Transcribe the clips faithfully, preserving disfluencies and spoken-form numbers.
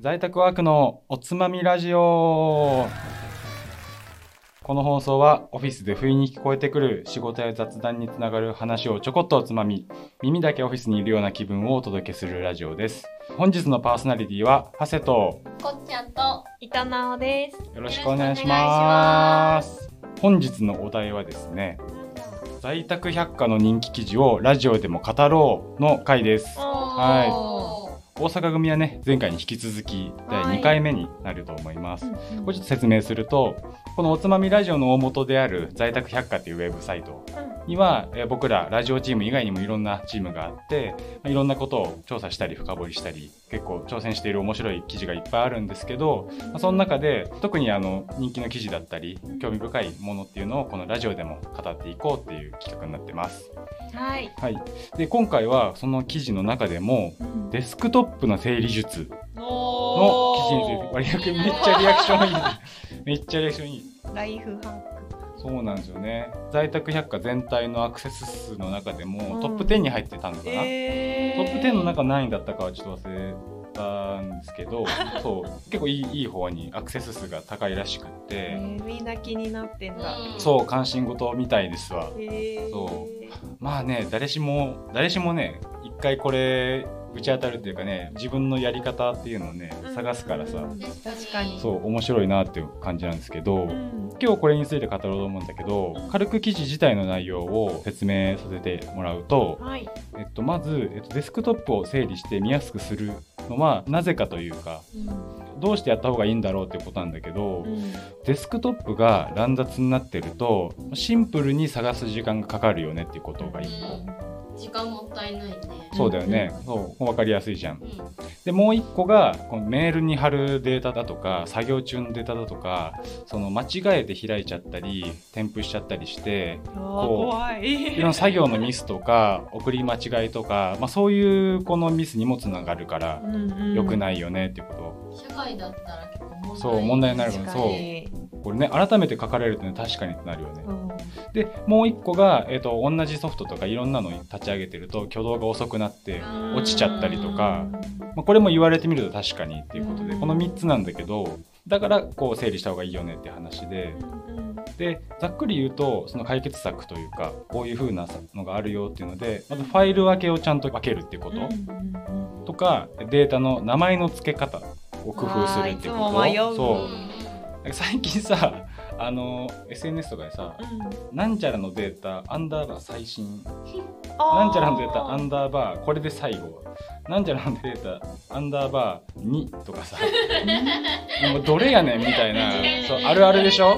在宅ワークのおつまみラジオ。この放送はオフィスで不意に聞こえてくる仕事や雑談につながる話をちょこっとおつまみ、耳だけオフィスにいるような気分をお届けするラジオです。本日のパーソナリティはハセとこっちゃんと板直です。 よろしくお願いします。本日のお題はですね、在宅百科の人気記事をラジオでも語ろうの回です。はい。大阪組はね、前回に引き続きだいにかいめになると思います。はい、これちょっと説明すると、このおつまみラジオの大元である在宅百科っていうウェブサイトには、うん、僕らラジオチーム以外にもいろんなチームがあって、いろんなことを調査したり深掘りしたり、結構挑戦している面白い記事がいっぱいあるんですけど、まあ、その中で特にあの人気の記事だったり興味深いものっていうのをこのラジオでも語っていこうっていう企画になってます。 はい、はい、 で今回はその記事の中でも、うん、デスクトップの整理術の記事について、割とめっちゃリアクションいいめっちゃリアクションいいライフハック。 そうなんですよね。在宅百科全体のアクセス数の中でもトップじゅうに入ってたのかな、えー、トップじゅうの中何位だったかはちょっと忘れたんですけどそう結構いい、いい方にアクセス数が高いらしくって、えー、みんな気になってんだ。 そう関心事みたいですわ、えー、そうまあね誰しも誰しもね一回これ打ち当たるっていうかね、自分のやり方っていうのをね、うん、探すからさ、 確かにそう面白いなっていう感じなんですけど、うん、今日これについて語ろうと思うんだけど、軽く記事自体の内容を説明させてもらうと、はい、えっと、まず、えっと、デスクトップを整理して見やすくするのはなぜかというか、うん、どうしてやった方がいいんだろうっていうことなんだけど、うん、デスクトップが乱雑になってるとシンプルに探す時間がかかるよねっていうことがいっこ、 うん時間もったいないね。 そうだよね、うん、そう分かりやすいじゃん、うん、でもう一個がこのメールに貼るデータだとか作業中のデータだとかその間違えて開いちゃったり添付しちゃったりしてこう怖いいろんな作業のミスとか送り間違いとか、まあ、そういうこのミスにもつながるから良くないよねっていうこと、 社会だったら結構問題そう問題になるからそうこれね改めて書かれるとね確かにってなるよね、うん、でもう一個が、えーと、同じソフトとかいろんなの立ち上げてると挙動が遅くなって落ちちゃったりとか、まあ、これも言われてみると確かにっていうことでこのみっつなんだけどだからこう整理した方がいいよねって話ででざっくり言うとその解決策というかこういう風なのがあるよっていうのでまずファイル分けをちゃんと分けるっていうこととかデータの名前の付け方を工夫するっていうことそう最近さあの エスエヌエス とかでさ、うん、なんちゃらのデータアンダーバー最新なんちゃらのデータアンダーバーこれで最後なんちゃらのデータアンダーバーにとかさもうどれやねんみたいなそうあるあるでしょ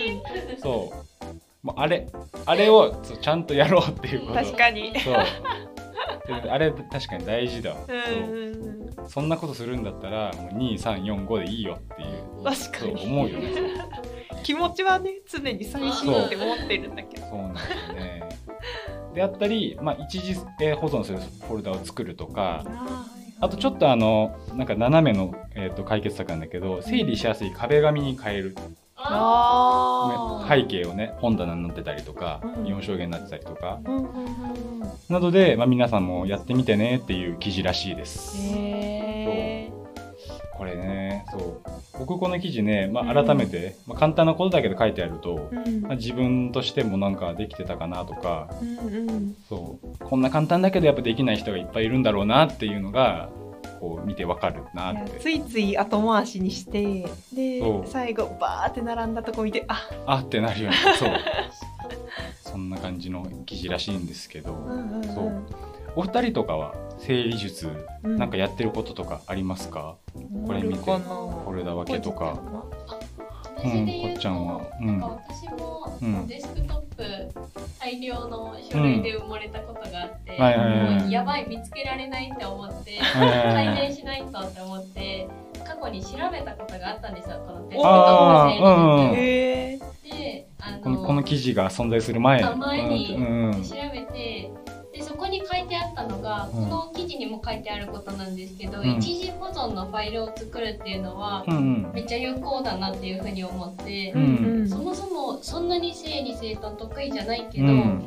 そうもうあれあれをちゃんとやろうっていうこと確かにそうあれ確かに大事だわ、うんそうそんなことするんだったらもうにさんよんごでいいよっていう確かにそう思うよね気持ちはね常に最新って思ってるんだけどそうなんですよねであったり、まあ、一時保存するフォルダを作るとか あ, あとちょっとあのなんか斜めの、えー、と解決策なんだけど整理しやすい壁紙に変えるあ背景をね本棚になってたりとか、うん、よん象限になってたりとか、うんうんうんうん、などで、まあ、皆さんもやってみてねっていう記事らしいです。へーこれねそう僕この記事ね、まあ、改めて、うんまあ、簡単なことだけど書いてあると、うんまあ、自分としてもなんかできてたかなとか、うんうん、そうこんな簡単だけどやっぱできない人がいっぱいいるんだろうなっていうのがこう見てわかるなってついつい後回しにしてで最後バーって並んだとこ見てああってなるよねそうそんな感じの記事らしいんですけど、うんうんうん、そうお二人とかは整理術、うん、なんかやってることとかありますか？これ見てフォルダ分けとかうん、こっちゃんは、うん、なんか私も、うん、デスクトップ大量の書類で埋もれたことがあって、うんはいはいはい、もうやばい見つけられないって思って、はいはいはい、改善しないとって思って過去に調べたことがあったんですよこのデスクトップ整理術であのこのこの記事が存在する前前に調べて、でそこに書いてあったのが、うん、この記事にも書いてあることなんですけど、うん、一時保存のファイルを作るっていうのは、うん、めっちゃ有効だなっていうふうに思って、うん、そもそもそんなに整理整頓得意じゃないけど、うん、そ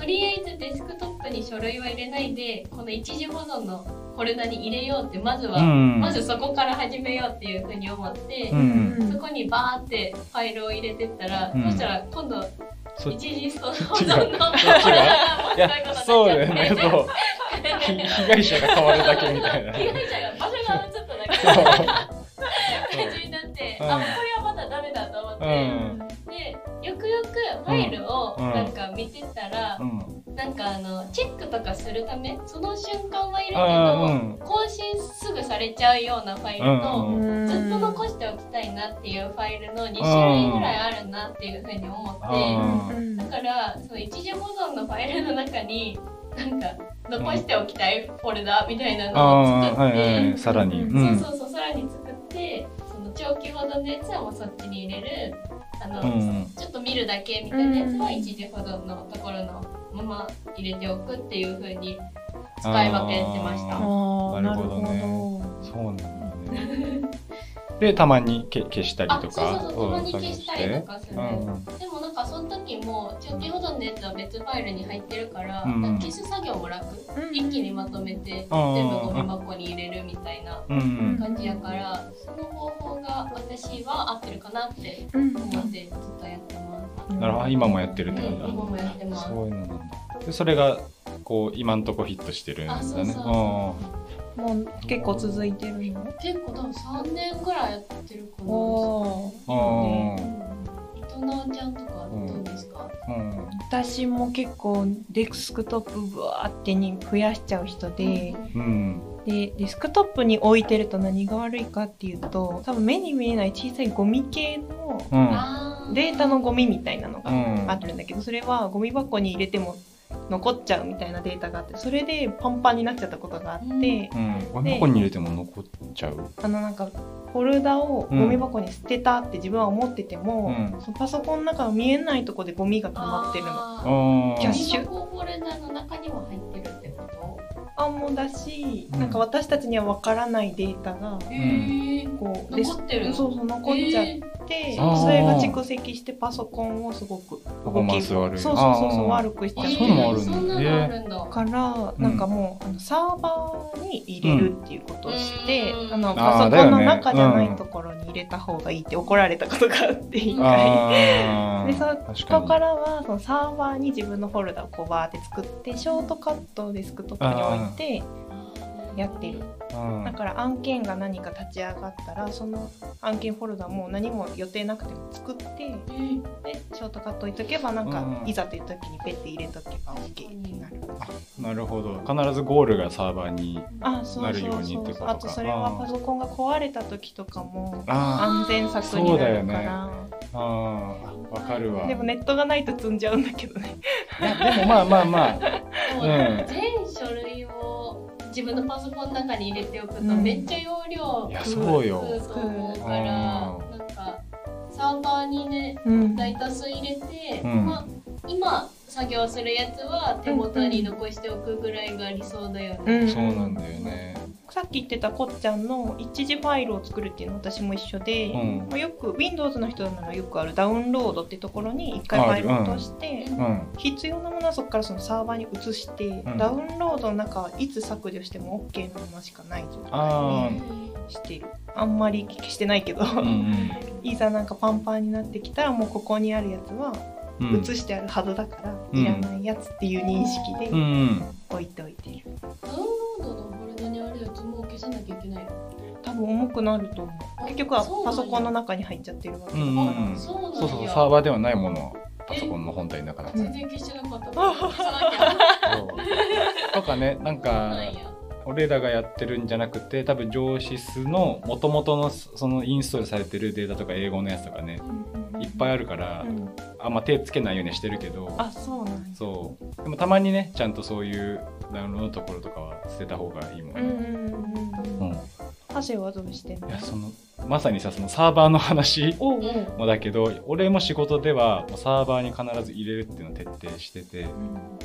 とりあえずデスクトップに書類は入れないでこの一時保存のフォルダに入れようってまずは、うん、まずそこから始めようっていうふうに思って、うん、そこにバーってファイルを入れてったら、うん、そしたら今度一時保存のフォルダがそうだよね、そう被害者が変わるだけみたいな被害者が場所が移っただけ感じになって、うん、あ、これはまだダメだと思って、うん、でよくよくファイルをなんか見てたら、うんうん、なんかあのチェックとかするためその瞬間はいるけど、うん、更新すぐされちゃうようなファイルと、うん、ずっと残しておきたいなっていうファイルのに種類ぐらいあるなっていうふうに思って、うん、だからその一時保存のファイルの中になんか残しておきたいフォルダみたいなのを作って、はいはい、 さらに、 うん、そうそうそう、さらに作ってその長期保存のやつはもうそっちに入れる、あの、うん、ちょっと見るだけみたいなやつは一時保存のところのまま入れておくっていう風に使い分けてました。 あ、なるほどね。そうなんだね。でたまに消したりとか、 そうそうそう、たまに消したりとかする、うん、でもなんかその時も長期保存のやつは別ファイルに入ってるから、うん、消す作業も楽、うん、一気にまとめて全部ゴミ箱に入れるみたいな感じやから、その方法が私は合ってるかなって思ってずっとやってます。 なるほど、今もやってるって感じだ、 うん、今もやってます。 そういうのなんだ。でそれがこう今んとこフィットしてるんだね。あ、そうそうそう、 もう結構続いてるの？ 結構多分さんねんぐらいやってるかな。おー、伊藤直ちゃんとかどうですか？うんうん、 私も結構デスクトップブワーってに増やしちゃう人で、うん、でデスクトップに置いてると何が悪いかっていうと、多分目に見えない小さいゴミ系の、うん、データのゴミみたいなのがあるんだけど、それはゴミ箱に入れても残っちゃうみたいなデータがあって、それでパンパンになっちゃったことがあって、うん、 ゴミ箱に入れても残っちゃう、 あのなんかフォルダをゴミ箱に捨てたって自分は思ってても、うん、そのパソコンの中の見えないところでゴミが溜まってるの。キャッシュゴミ箱フォルダの中にも入ってるってこと？ あ、もだし、うん、なんか私たちには分からないデータが、 うん、 こう残ってる、 そうそう残っちゃって、それが蓄積してパソコンをすごく動き、そうそうそうそう悪くして、 そういうのあるんだ。そんなのあるんだ。 からなんかもう、うん、あのサーバーに入れるっていうことをして、うん、あのパソコンの中じゃないところに入れた方がいいって怒られたことがあって一回。でそこからはそのサーバーに自分のフォルダをこうバーって作って、ショートカットをデスクトップに置いてやってる。だから案件が何か立ち上がったら、その案件フォルダも何も予定なくても作って、うん、でショートカット置いとけば、なんか、うん、いざという時にペッて入れとけば OK になる。 あ、なるほど。必ずゴールがサーバーになるようにってことか。 あとそれはパソコンが壊れた時とかも安全策になるから。ああ、わかるわ。 でもネットがないと積んじゃうんだけどね。 いやでもまあまあまあ、うん、 全書類を自分のパソコンの中に入れておくとめっちゃ容量、 うん、いやそうよ。 そう思うから、なんかサーバーにね、うん、大多数入れて、うん、まあ、今作業するやつは手元に残しておくぐらいが理想だよね。 うんうん、そうなんだよね。 さっき言ってたこっちゃんの一時ファイルを作るっていうのは私も一緒で、うん、まあ、よく Windows の人ならよくあるダウンロードっていうところに一回ファイルを落として、うん、必要なものはそこからそのサーバーに移して、うん、ダウンロードの中はいつ削除しても OK なものしかない状態にしてる。あんまりしてないけど、うんうん、いざなんかパンパンになってきたらもうここにあるやつは移してあるはずだから、うん、いらないやつっていう認識で置いておいてる。 ダウンロードのフォルダにあるやつも消さなきゃいけないの？ 多分重くなると思う。結局はパソコンの中に入っちゃってるわけだから、うんうん、 そうなんや。 そうそう、サーバーではないものはパソコンの本体の中だから。 全然消してなかった。消さなきゃ。 とかね、なんか俺らがやってるんじゃなくて、多分上司数の元々のそのインストールされてるデータとか英語のやつとかね、うん、いっぱいあるから、うん、あんま手つけないようにしてるけど、 あ、そうなんや。 そう。でもたまにね、ちゃんとそういうダウンロードのところとかは捨てた方がいいもんね。うんうんうん。 ハセはどうしてんの？ いや、そのまさにさ、そのサーバーの話もだけど、俺も仕事ではもうサーバーに必ず入れるっていうのを徹底してて、うん、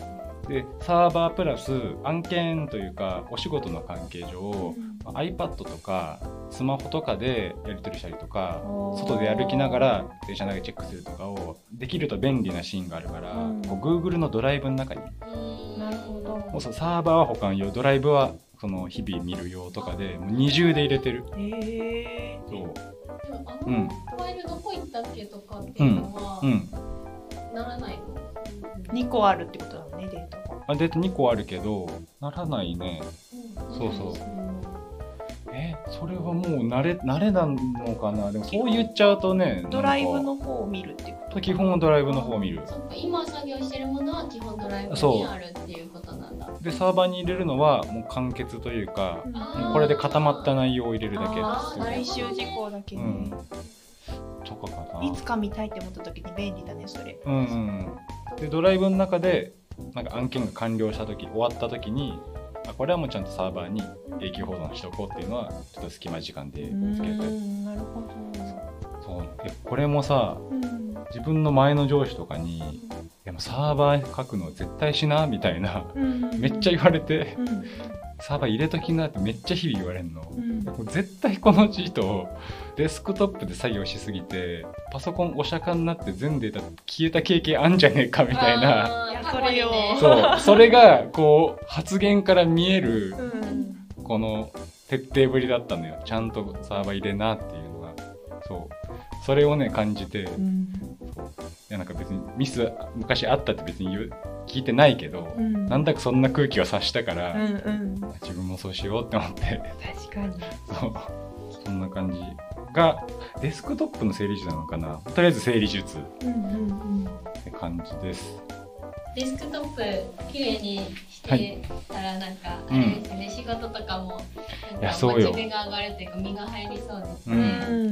でサーバープラス案件というかお仕事の関係上、うん、iPad とかスマホとかでやり取りしたりとか外で歩きながら電車内でチェックするとかをできると便利なシーンがあるから、うん、こう Google のドライブの中に、 なるほど。 もうサーバーは保管用、ドライブはその日々見る用とかでもう二重で入れてる。 へー。 そう。 でもあの、うん、ファイルどこ行ったっけとかっていうのは、うんうん、ならないの？ にこあるってことだもんね、データが。 あ、データにこあるけどならないね。うん、そうそう。え、それはもう慣れ慣れなのかな。でもそう言っちゃうとね、 ドライブの方を見るってこと。 基本はドライブの方を見る。 そっか、今作業してるものは基本ドライブにあるっていうことなんだ。 でサーバーに入れるのはもう完結というか、もうこれで固まった内容を入れるだけです。 最終事項だけね。うん、 とかかな。 いつか見たいって思った時に便利だね、それ。 うんうん。でドライブの中でなんか案件が完了した時、終わった時に、あ、これはもうちゃんとサーバーに永久保存しておこうっていうのはちょっと隙間時間でつけて。 なるほど。 そう。でこれもさ、うん、自分の前の上司とかに、いやもうサーバー書くの絶対しなみたいな、うん、めっちゃ言われて、うん、サーバー入れときなってめっちゃ日々言われるの、うん、絶対このチートデスクトップで作業しすぎてパソコンお釈迦になって全データ消えた経験あんじゃねえかみたいな。 いやそれよ。 そうそれがこう発言から見える、うん、この徹底ぶりだったのよ。ちゃんとサーバー入れなっていうのが、そうそれをね感じて、うん、そういやなんか別にミス昔あったって別に言う聞いてないけど、うん、なんだかそんな空気を察したから、うんうん、自分もそうしようって思って。 確かに。 そうそんな感じがデスクトップの整理術なのかな。とりあえず整理術って感じです。 デスクトップきれいにしてたらなんかあれですね、うん、仕事とかもなんかモチベが上がるっていうか身が入りそうですね。 うん、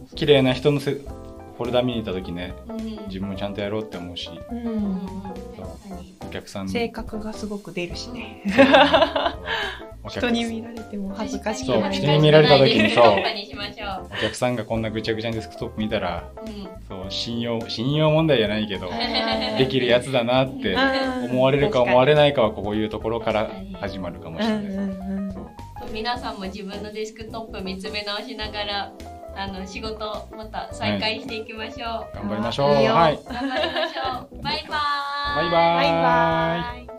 綺麗な人のせフォルダ見に行った時ね、うん、自分もちゃんとやろうって思うし、うんうん、お客さん性格がすごく出るしね。人に見られても恥ずかしくない。 人に見られた時にそうお客さんがこんなぐちゃぐちゃにデスクトップ見たら、うん、そう信用信用問題じゃないけどできるやつだなって思われるか思われないかはこういうところから始まるかもしれないです。 皆さんも自分のデスクトップ見つめ直しながらあの仕事また再開していきましょう。 はい、頑張りましょう。 はい、頑張りましょう。バイバーイ。 バイバーイ。バイバーイ。